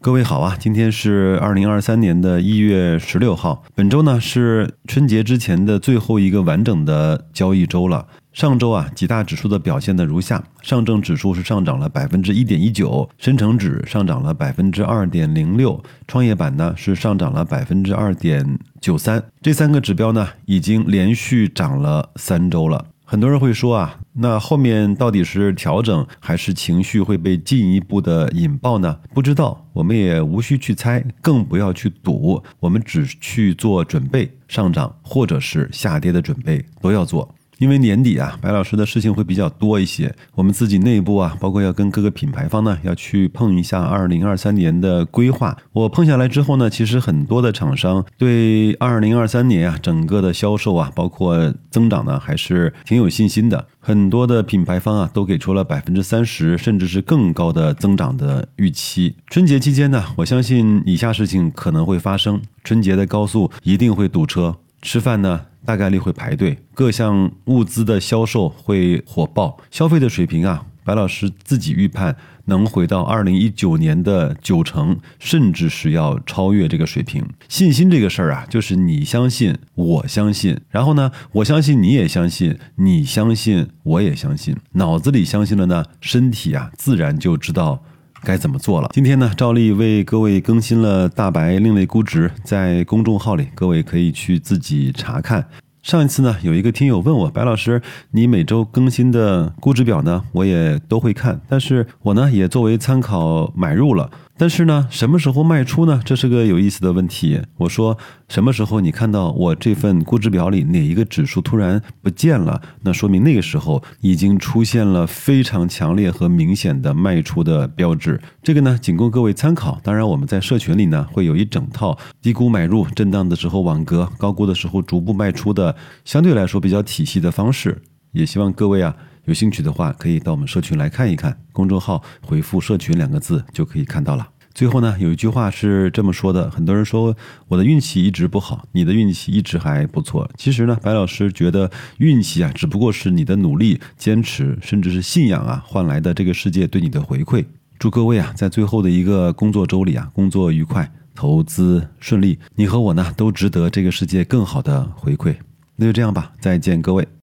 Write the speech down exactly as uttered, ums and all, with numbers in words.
各位好啊，今天是二零二三年的一月十六号，本周呢是春节之前的最后一个完整的交易周了。上周啊，几大指数的表现呢如下：上证指数是上涨了 百分之一点一九， 深成指上涨了 百分之二点零六， 创业板呢是上涨了 百分之二点九三。这三个指标呢已经连续涨了三周了。很多人会说啊，那后面到底是调整还是情绪会被进一步的引爆呢？不知道，我们也无需去猜，更不要去赌，我们只去做准备，上涨或者是下跌的准备都要做。因为年底啊，白老师的事情会比较多一些，我们自己内部啊，包括要跟各个品牌方呢，要去碰一下二零二三年的规划。我碰下来之后呢，其实很多的厂商对二零二三年啊，整个的销售啊，包括增长呢，还是挺有信心的。很多的品牌方啊，都给出了 百分之三十 甚至是更高的增长的预期。春节期间呢，我相信以下事情可能会发生：春节的高速一定会堵车，吃饭呢大概率会排队，各项物资的销售会火爆，消费的水平啊，白老师自己预判能回到二零一九年的九成，甚至是要超越这个水平。信心这个事儿啊，就是你相信，我相信，然后呢，我相信你也相信，你相信我也相信，脑子里相信了呢，身体啊自然就知道该怎么做了。今天呢，照例为各位更新了大白另类估值，在公众号里各位可以去自己查看。上一次呢，有一个听友问我，白老师，你每周更新的估值表呢，我也都会看，但是我呢也作为参考买入了。但是呢，什么时候卖出呢？这是个有意思的问题。我说，什么时候你看到我这份估值表里哪一个指数突然不见了，那说明那个时候已经出现了非常强烈和明显的卖出的标志。这个呢，仅供各位参考。当然，我们在社群里呢，会有一整套低估买入、震荡的时候网格、高估的时候逐步卖出的，相对来说比较体系的方式。也希望各位啊，有兴趣的话，可以到我们社群来看一看，公众号回复社群两个字就可以看到了。最后呢，有一句话是这么说的，很多人说我的运气一直不好，你的运气一直还不错。其实呢，白老师觉得运气啊，只不过是你的努力、坚持，甚至是信仰啊，换来的这个世界对你的回馈。祝各位啊，在最后的一个工作周里啊，工作愉快，投资顺利，你和我呢，都值得这个世界更好的回馈。那就这样吧，再见各位。